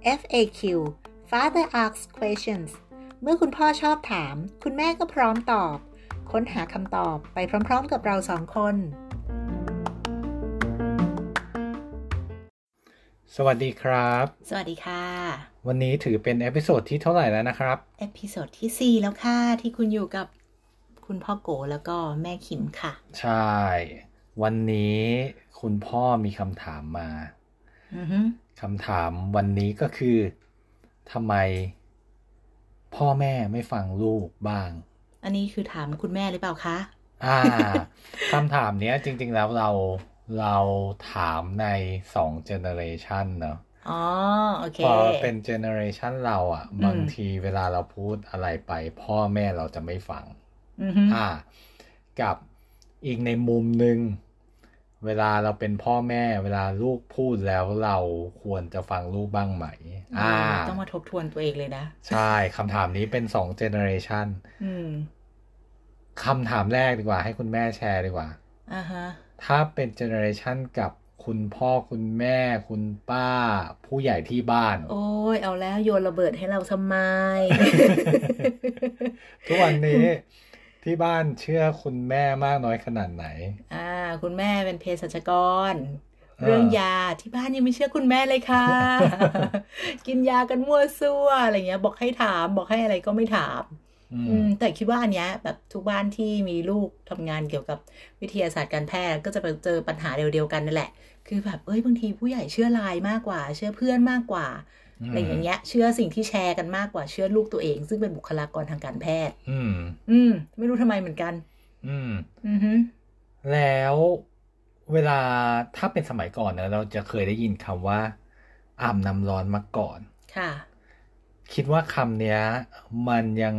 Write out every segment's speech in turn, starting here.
FAQ Father Asks Questions เมื่อคุณพ่อชอบถามคุณแม่ก็พร้อมตอบค้นหาคำตอบไปพร้อมๆกับเราสองคนสวัสดีครับสวัสดีค่ะวันนี้ถือเป็นเอพิโซดที่เท่าไหร่แล้วนะครับเอพิโซดที่4แล้วค่ะที่คุณอยู่กับคุณพ่อโกแล้วก็แม่ขิมค่ะใช่วันนี้คุณพ่อมีคำถามมาคำถามวันนี้ก็คือทำไมพ่อแม่ไม่ฟังลูกบ้างอันนี้คือถามคุณแม่หรือเปล่าคะคำถามนี้จริงๆแล้วเราถามใน2 generation เนอะโอเคพอเป็น generation เราบางทีเวลาเราพูดอะไรไปพ่อแม่เราจะไม่ฟังกับอีกในมุมนึงเวลาเราเป็นพ่อแม่เวลาลูกพูดแล้วเราควรจะฟังลูกบ้างไหมต้องมาทบทวนตัวเองเลยนะใช่คำถามนี้เป็น2 generation คำถามแรกดีกว่าให้คุณแม่แชร์ดีกว่าถ้าเป็น generation กับคุณพ่อคุณแม่คุณป้าผู้ใหญ่ที่บ้านโอ้ยเอาแล้วโยนระเบิดให้เราทำไมทุกวันนี้ที่บ้านเชื่อคุณแม่มากน้อยขนาดไหนคุณแม่เป็นเภสัชกรเรื่องยาที่บ้านยังไม่เชื่อคุณแม่เลยค่ะ กินยากันมั่วซั่วอะไรเงี้ยบอกให้ถามบอกให้อะไรก็ไม่ถามแต่คิดว่าอันเนี้ยแบบทุกบ้านที่มีลูกทำงานเกี่ยวกับวิทยาศาสตร์การแพทย์ก็จะไปเจอปัญหาเดียวกันนั่นแหละคือแบบบางทีผู้ใหญ่เชื่อไลน์มากกว่าเชื่อเพื่อนมากกว่าอะไรอย่างเงี้ยเชื่อสิ่งที่แชร์กันมากกว่าเชื่อลูกตัวเองซึ่งเป็นบุคลากรทางการแพทย์ไม่รู้ทำไมเหมือนกันแล้วเวลาถ้าเป็นสมัยก่อนนะเราจะเคยได้ยินคำว่าอาบน้ำร้อนมาก่อนค่ะคิดว่าคำเนี้ยมันยัง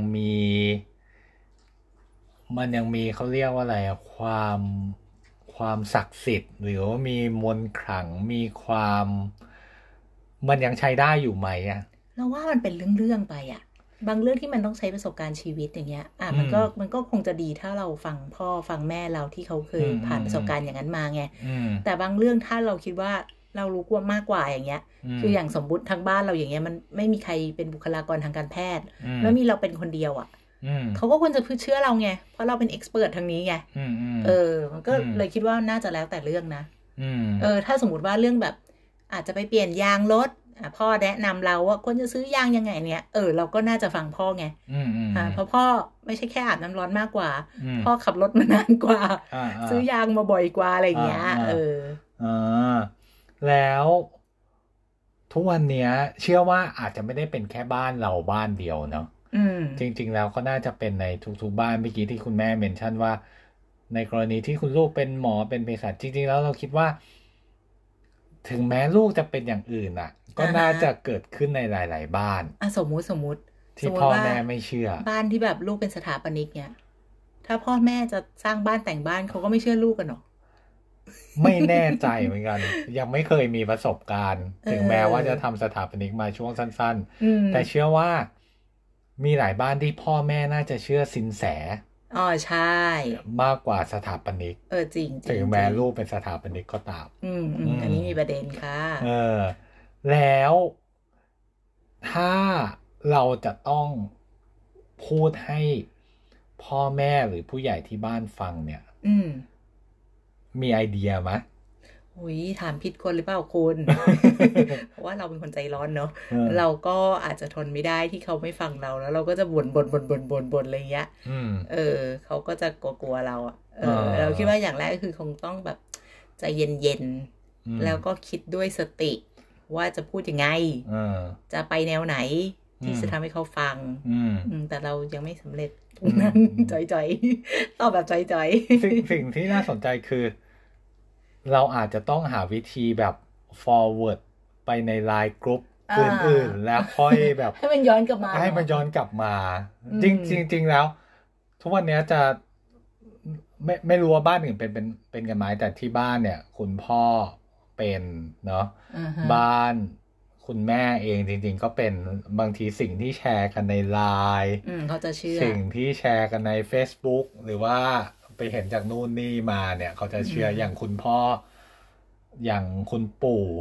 มีเขาเรียกว่าอะไรความศักดิ์สิทธิ์หรือว่ามีมนต์ขลังมีความมันยังใช้ได้อยู่ไหมเราว่ามันเป็นเรื่องไปบางเรื่องที่มันต้องใช้ประสบการณ์ชีวิตอย่างเงี้ยมันก็คงจะดีถ้าเราฟังพ่อฟังแม่เราที่เขาเคยผ่านประสบการณ์อย่างนั้นมาไงแต่บางเรื่องถ้าเราคิดว่าเรารู้กว่ามากกว่าอย่างเงี้ยคืออย่างสมมุติทางบ้านเราอย่างเงี้ยมันไม่มีใครเป็นบุคลากรทางการแพทย์แล้วมีเราเป็นคนเดียวเขาก็ควรจะเชื่อเราไงเพราะเราเป็นเอ็กซ์เพิร์ททางนี้ไงมันก็เลยคิดว่าน่าจะแล้วแต่เรื่องนะถ้าสมมติว่าเรื่องแบบอาจจะไปเปลี่ยนยางรถพ่อแนะนำเราว่าควรจะซื้อยางยังไงเนี่ยเราก็น่าจะฟังพ่อไงเพราะพ่อไม่ใช่แค่อาบน้ำร้อนมากกว่าพ่อขับรถมานานกว่าซื้อยางมาบ่อยกว่าอะไรอย่างเงี้ยแล้วทุกวันนี้เชื่อว่าอาจจะไม่ได้เป็นแค่บ้านเราบ้านเดียวเนาะจริงๆแล้วก็น่าจะเป็นในทุกๆบ้านเมื่อกี้ที่คุณแม่เมนชั่นว่าในกรณีที่คุณลูกเป็นหมอเป็นเภสัชจริงๆแล้วเราคิดว่าถึงแม้ลูกจะเป็นอย่างอื่นก็น่าจะเกิดขึ้นในหลายๆบ้านสมมุติที่พ่อแม่ไม่เชื่อบ้านที่แบบลูกเป็นสถาปนิกเนี่ยถ้าพ่อแม่จะสร้างบ้านแต่งบ้านเขาก็ไม่เชื่อลูกกันหรอกไม่แน่ใจเหมือนกันยังไม่เคยมีประสบการณ์ถึงแม้ว่าจะทำสถาปนิกมาช่วงสั้นๆแต่เชื่อว่ามีหลายบ้านที่พ่อแม่น่าจะเชื่อสินแสใช่มากกว่าสถาปนิกจริงถึงแม้ลูกเป็นสถาปนิกก็ตามอันนี้มีประเด็นค่ะแล้วถ้าเราจะต้องพูดให้พ่อแม่หรือผู้ใหญ่ที่บ้านฟังเนี่ยมีไอเดียไหมถามผิดคนหรือเปล่าคุณ เพราะว่าเราเป็นคนใจร้อนเนาะเราก็อาจจะทนไม่ได้ที่เขาไม่ฟังเราแล้วเราก็จะบ่นอะไรเงี้ยเขาก็จะกลัวเราเราคิดว่าอย่างแรกคือคงต้องแบบใจเย็นๆแล้วก็คิดด้วยสติว่าจะพูดยังไงจะไปแนวไหนที่จะทำให้เขาฟังแต่เรายังไม่สำเร็จตรงนั้นจ่อยๆตอบแบบจ่อยๆสิ่งที่น่าสนใจคือเราอาจจะต้องหาวิธีแบบ forward ไปใน LINE กรุ๊ปอื่นๆแล้วค่อยแบบให้มันย้อนกลับมาจริงแล้วทุกวันนี้จะไม่รู้ว่าบ้านอื่นเป็นกันไหมแต่ที่บ้านเนี่ยคุณพ่อเป็นเนาะบ้านคุณแม่เองจริงๆก็เป็นบางทีสิ่งที่แชร์กันใน LINE เขาจะเชื่อสิ่งที่แชร์กันใน Facebook หรือว่าไปเห็นจากนู่นนี่มาเนี่ยเขาจะเชื่ออย่างคุณพ่ออย่างคุณปู่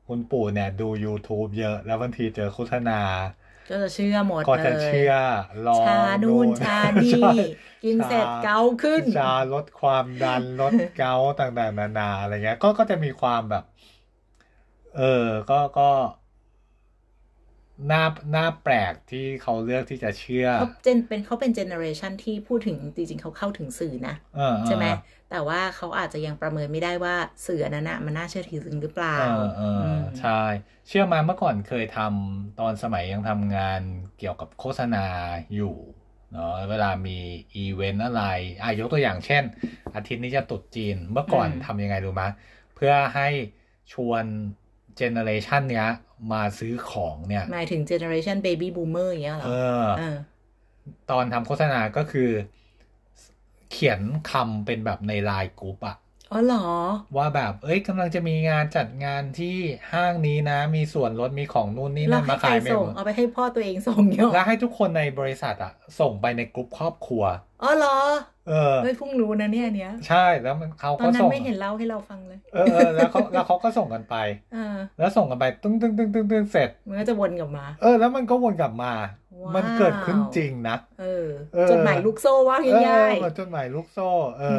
คุณปู่เนี่ยดู YouTube เยอะแล้วบางทีเจอโฆษณาก็จะเชื่อหมดเลยก็จะเชื่อลองชานู่นชานี่กินเสร็จเกาขึ้นชาลดความดันลดเกาต่างๆนานาอะไรเงี้ยก็จะมีความแบบก็น่าแปลกที่เขาเลือกที่จะเชื่อเขาเป็นเจเนอเรชันที่พูดถึงจริงๆเขาเข้าถึงสื่อนะใช่ไหมแต่ว่าเขาอาจจะยังประเมินไม่ได้ว่าสื่อนั้นนะมันน่าเชื่อถือหรือเปล่าใช่เชื่อมาเมื่อก่อนเคยทำตอนสมัยยังทำงานเกี่ยวกับโฆษณาอยู่เนาะเวลามีอีเวนต์อะไรยกตัวอย่างเช่นอาทิตย์นี้จะตรุษจีนเมื่อก่อนทำยังไงรู้ไหมเพื่อให้ชวนเจเนอเรชันเนี้ยมาซื้อของเนี่ยหมายถึงเจเนอเรชันเบบี้บูมเมอร์อย่างเงี้ยเหรอตอนทำโฆษณาก็คือเขียนคำเป็นแบบในไลน์กรุ๊ปอะอ๋อเหรอว่าแบบกำลังจะมีงานจัดงานที่ห้างนี้นะมีส่วนลดมีของนู่นนี่นั่นมาขายเอาไปให้พ่อตัวเองส่งเยอะแล้วให้ทุกคนในบริษัทอะส่งไปในกลุ่มครอบครัวอ๋อเหรอไม่พุ่งรู้นะเนี่ยใช่แล้วเขาก็ส่งตอนนั้นไม่เห็นเล่าให้เราฟังเลยแล้วเขาก็ส่งกันไปแล้วส่งกันไปตึ้งเสร็จมันก็จะวนกลับมาแล้วมันก็วนกลับมามันเกิดขึ้นจริงนะจดหมายลูกโซ่ว่าง่ายๆจดหมายลูกโซ่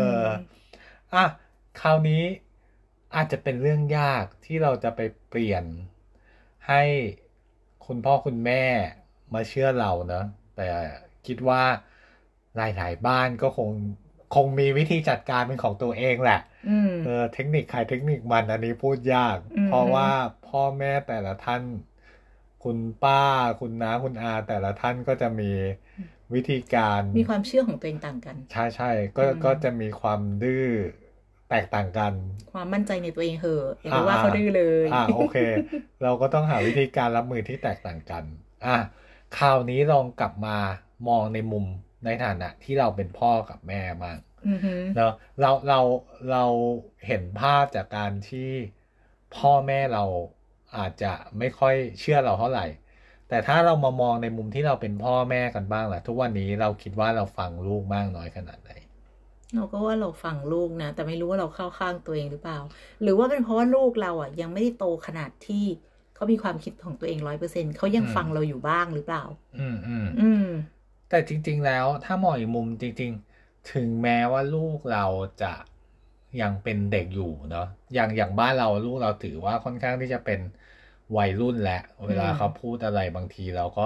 คราวนี้อาจจะเป็นเรื่องยากที่เราจะไปเปลี่ยนให้คุณพ่อคุณแม่มาเชื่อเราเนอะแต่คิดว่าหลายๆบ้านก็คงมีวิธีจัดการเป็นของตัวเองแหละเทคนิคใครเทคนิคมันอันนี้พูดยากเพราะว่าพ่อแม่แต่ละท่านคุณป้าคุณน้าคุณอาแต่ละท่านก็จะมีวิธีการมีความเชื่อของตัวเองต่างกันใช่ก็จะมีความดื้อแตกต่างกันความมั่นใจในตัวเองเหอะอย่าไปว่าเขาดื้อเลยโอเคเราก็ต้องหาวิธีการรับมือที่แตกต่างกันคราวนี้ลองกลับมามองในมุมในฐานะที่เราเป็นพ่อกับแม่มากเนาะเราเห็นภาพจากการที่พ่อแม่เราอาจจะไม่ค่อยเชื่อเราเท่าไหร่แต่ถ้าเรามามองในมุมที่เราเป็นพ่อแม่กันบ้างล่ะทุกวันนี้เราคิดว่าเราฟังลูกมากน้อยขนาดไหนเราก็ว่าเราฟังลูกนะแต่ไม่รู้ว่าเราเข้าข้างตัวเองหรือเปล่าหรือว่าเป็นเพราะว่าลูกเรายังไม่ได้โตขนาดที่เขามีความคิดของตัวเอง100%เขายังฟังเราอยู่บ้างหรือเปล่าแต่จริงๆแล้วถ้ามองอีกมุมจริงๆถึงแม้ว่าลูกเราจะยังเป็นเด็กอยู่เนาะอย่างบ้านเราลูกเราถือว่าค่อนข้างที่จะเป็นวัยรุ่นและเวลาเขาพูดอะไรบางทีเราก็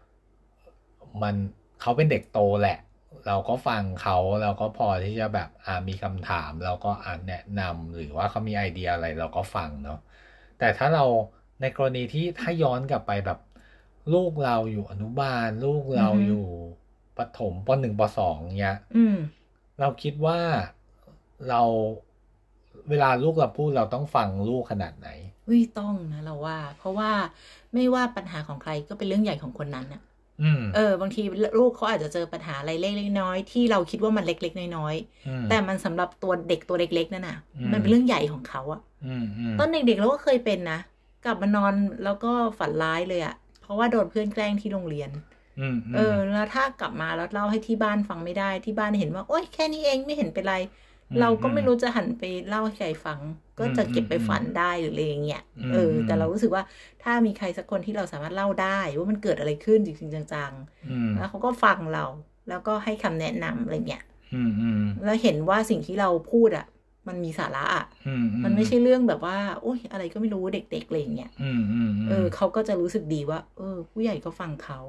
เขาเป็นเด็กโตแหละเราก็ฟังเขาเราก็พอที่จะแบบมีคำถามเราก็แนะนำหรือว่าเขามีไอเดียอะไรเราก็ฟังเนาะแต่ถ้าเราในกรณีที่ถ้าย้อนกลับไปแบบลูกเราอยู่อนุบาลลูกเราอยู่ประถมป.1 ป.2เงี้ยเราคิดว่าเราเวลาลูกเราพูดเราต้องฟังลูกขนาดไหนต้องนะเราว่าเพราะว่าไม่ว่าปัญหาของใครก็เป็นเรื่องใหญ่ของคนนั้นน่ะบางทีลูกเขาอาจจะเจอปัญหาอะไรเล็กๆน้อยๆที่เราคิดว่ามันเล็กๆน้อยๆแต่มันสำหรับตัวเด็กตัวเล็กๆนั่นน่ะมันเป็นเรื่องใหญ่ของเขาอะตอนเด็กๆเราก็เคยเป็นนะกลับมานอนแล้วก็ฝันร้ายเลยอะเพราะว่าโดนเพื่อนแกล้งที่โรงเรียนแล้วถ้ากลับมาแล้วเล่าให้ที่บ้านฟังไม่ได้ที่บ้านเห็นว่าโอ๊ยแค่นี้เองไม่เห็นเป็นไรเราก็ไม่รู้จะหันไปเล่าให้ใครฟังก็จะเก็บไปฝันได้หรืออะไรอย่างเงี้ยแต่เรารู้สึกว่าถ้ามีใครสักคนที่เราสามารถเล่าได้ว่ามันเกิดอะไรขึ้นจริงๆจังๆแล้วเขาก็ฟังเราแล้วก็ให้คำแนะนำอะไรเงี้ยแล้วเห็นว่าสิ่งที่เราพูดอ่ะมันมีสาระอ่ะมันไม่ใช่เรื่องแบบว่าโอ๊ยอะไรก็ไม่รู้เด็กๆอะไรอย่างเงี้ยเขาก็จะรู้สึกดีว่าผู้ใหญ่ก็ฟังเขา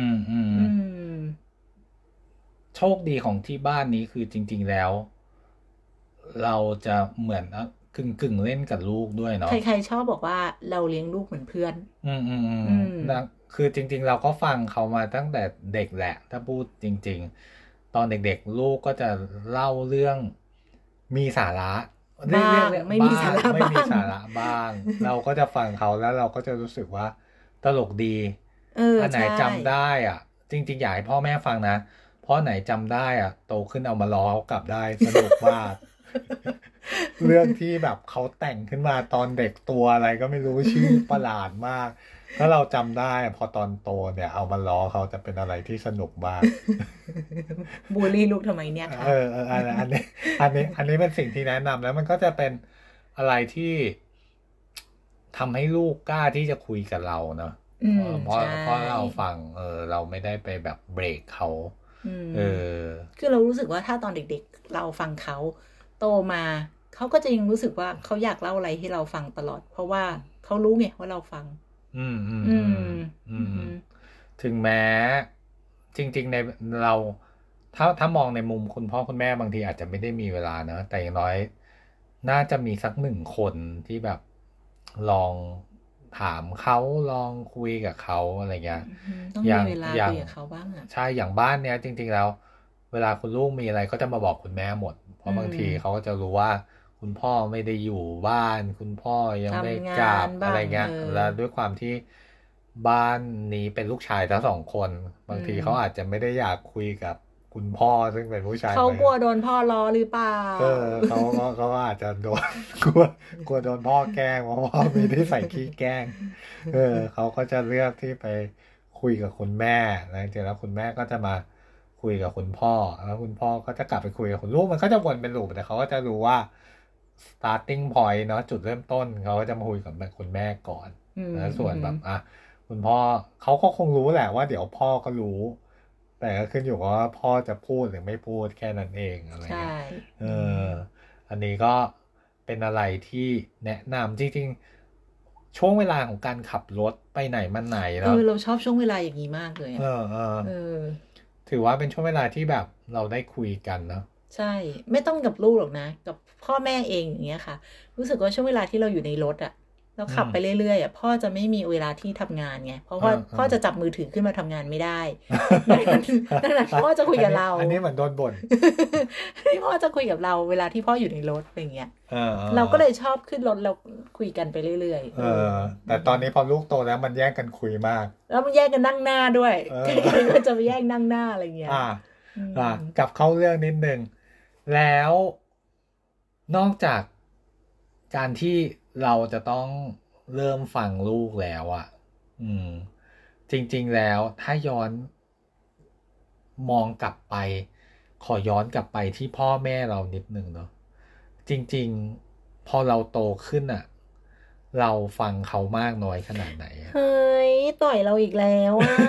โชคดีของที่บ้านนี้คือจริงๆแล้วเราจะเหมือนกึ่งเล่นกับลูกด้วยเนาะใครๆชอบบอกว่าเราเลี้ยงลูกเหมือนเพื่อนคือจริงๆเราก็ฟังเขามาตั้งแต่เด็กแหละถ้าพูดจริงๆตอนเด็กๆลูกก็จะเล่าเรื่องมีสาระบ้างไม่มีสาระบ้างเราก็จะฟังเขาแล้วเราก็จะรู้สึกว่าตลกดีอันไหนจำได้อ่ะจริงๆอยากให้พ่อแม่ฟังนะเพราะไหนจำได้อ่ะโตขึ้นเอามาล้อเขากลับได้สนุกมากเรื่องที่แบบเขาแต่งขึ้นมาตอนเด็กตัวอะไรก็ไม่รู้ชื่อประหลาดมากถ้าเราจำได้พอตอนโตเนี่ยเอามาล้อเขาจะเป็นอะไรที่สนุกมากบูลลี่ลูกทำไมเนี่ยคะอันนี้เป็นสิ่งที่แนะนำแล้วมันก็จะเป็นอะไรที่ทำให้ลูกกล้าที่จะคุยกับเราเนาะเพราะเราฟังเราไม่ได้ไปแบบเบรกเขาคือเรารู้สึกว่าถ้าตอนเด็กๆเราฟังเขาโตมาเขาก็จะยังรู้สึกว่าเขาอยากเล่าอะไรให้เราฟังตลอดเพราะว่าเขารู้ไงว่าเราฟังถึงแม้จริงๆในเราถ้ามองในมุมคุณพ่อคุณแม่บางทีอาจจะไม่ได้มีเวลานะแต่อย่างน้อยน่าจะมีสักหนึ่งคนที่แบบลองถามเขาลองคุยกับเขาอะไรเงี้ยต้องมีเวลาคุยกับเขาบ้างใช่อย่างบ้านเนี้ยจริงๆแล้วเวลาคุณลูกมีอะไรก็จะมาบอกคุณแม่หมดเพราะบางทีเขาก็จะรู้ว่าคุณพ่อไม่ได้อยู่บ้านคุณพ่อยังไม่กลับอะไรเงี้ยแล้วด้วยความที่บ้านนี้เป็นลูกชายทั้งสองคนบางทีเขาอาจจะไม่ได้อยากคุยกับคุณพ่อซึ่งเป็นผู้ชายเขากลัวโดนพ่อล้อหรือเปล่าเขาอาจจะโดนกลัวโดนพ่อแกล้งเพราะว่ามีที่ใส่ขี้แกล้งเขาก็จะเลือกที่ไปคุยกับคุณแม่แล้วจริงๆแล้วคุณแม่ก็จะมาคุยกับคุณพ่อแล้วคุณพ่อก็จะกลับไปคุยกับคุณลูกมันก็จะวนเป็นลูปแต่เขาก็จะรู้ว่า starting point เนาะจุดเริ่มต้นเขาก็จะมาคุยกับคุณแม่ก่อนแล้วส่วนแบบคุณพ่อเขาก็คงรู้แหละว่าเดี๋ยวพ่อก็รู้แต่ก็ขึ้นอยู่กับว่าพ่อจะพูดหรือไม่พูดแค่นั้นเองอะไรเงี้ยอันนี้ก็เป็นอะไรที่แนะนำจริงๆช่วงเวลาของการขับรถไปไหนมาไหนแล้วเราชอบช่วงเวลาอย่างนี้มากเลยถือว่าเป็นช่วงเวลาที่แบบเราได้คุยกันเนาะใช่ไม่ต้องกับลูกหรอกนะกับพ่อแม่เองอย่างเงี้ยค่ะรู้สึกว่าช่วงเวลาที่เราอยู่ในรถอ่ะเราขับไปเรื่อยๆพ่อจะไม่มีเวลาที่ทำงานไงเพราะว่าพ่อจะจับมือถือขึ้นมาทำงานไม่ได้นั่นแหละพ่อจะคุยกับเราอันนี้เหมือนโดนบ่นที่พ่อจะคุยกับเราเวลาที่พ่ออยู่ในรถอย่างเงี้ยเราก็เลยชอบขึ้นรถเราคุยกันไปเรื่อยๆแต่ตอนนี้พอลูกโตแล้วมันแย่งกันคุยมากแล้วมันแย่งกันนั่งหน้าด้วยมันจะไปแย่งนั่งหน้าอะไรเงี้ยกลับเข้าเรื่องนิดนึงแล้วนอกจากการที่เราจะต้องเริ่มฟังลูกแล้วอ่ะจริงๆแล้วถ้าย้อนมองกลับไปขอย้อนกลับไปที่พ่อแม่เรานิดนึงเนาะจริงๆพอเราโตขึ้นอ่ะเราฟังเขามากน้อยขนาดไหนเฮ้ยต่อยเราอีกแล้วอ่ะ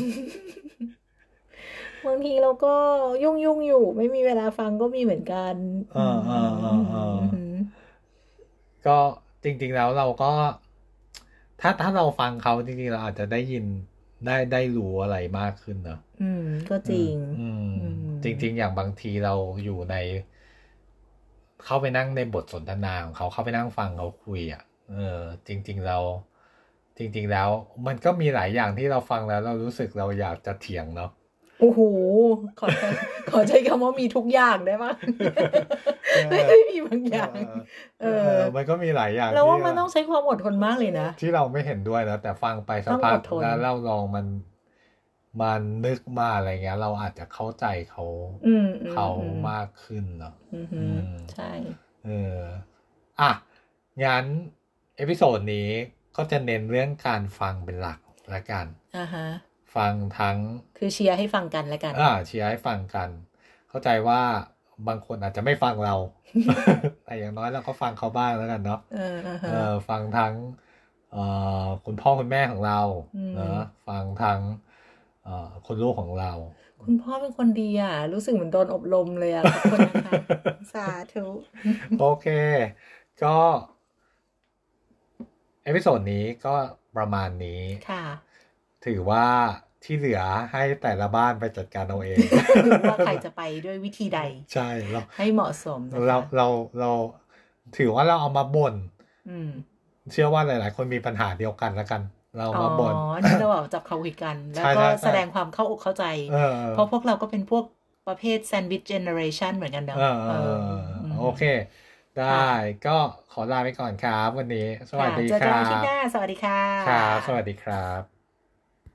บางทีเราก็ยุ่งอยู่ไม่มีเวลาฟังก็มีเหมือนกันก็จริงๆแล้วเราก็ถ้าเราฟังเขาจริงๆเราอาจจะได้ยินได้รู้อะไรมากขึ้นเนอะก็จริงจริงๆอย่างบางทีเราอยู่ในเข้าไปนั่งในบทสนทนาของเขาเข้าไปนั่งฟังเขาคุยอ่ะจริงๆแล้วมันก็มีหลายอย่างที่เราฟังแล้วเรารู้สึกเราอยากจะเถียงเนาะโอ้โหขอใช้คำว่ามีทุกอย่างได้ปะไม่มีบางอย่างมันก็มีหลายอย่างแล้วว่ามันต้องใช้ความอดทนมากเลยนะที่เราไม่เห็นด้วยนะแต่ฟังไปสักพักแล้วเราลองมันนึกมาอะไรเงี้ยเราอาจจะเข้าใจเขามากขึ้นเนาะใช่งั้นเอพิโซดนี้ก็จะเน้นเรื่องการฟังเป็นหลักละกันฟังทั้งคือเชียร์ให้ฟังกันแล้วกันเชียร์ให้ฟังกันเข้าใจว่าบางคนอาจจะไม่ฟังเรา แต่อย่างน้อยเราก็ฟังเขาบ้างแล้วกันเนาะฟังทั้งคุณพ่อคุณแม่ของเราเนาะฟังทั้งคนลูกของเราคุณพ่อเป็นคนดีอ่ะรู้สึกเหมือนโดนอบรมเลยอ่ะขอบคุณนะคะสาธุโอเคก็เอพิโซดนี้ก็ประมาณนี้ค่ะถือว่าที่เหลือให้แต่ละบ้านไปจัดการเอาเองว่าใครจะไปด้วยวิธีใดใช่ให้เหมาะสมเราถือว่าเราเอามาบ่นเชื่อว่าหลายๆคนมีปัญหาเดียวกันแล้วกันเรามาบ่นนี่เราแบบจับเขาคุยกันแล้วก็แสดงความเข้าอกเข้าใจเพราะพวกเราก็เป็นพวกประเภทแซนด์วิชเจเนอเรชันเหมือนกันเนาะโอเคได้ก็ขอลาไปก่อนครับวันนี้สวัสดีครับเจอกันที่หน้าสวัสดีค่ะครับสวัสดีครับ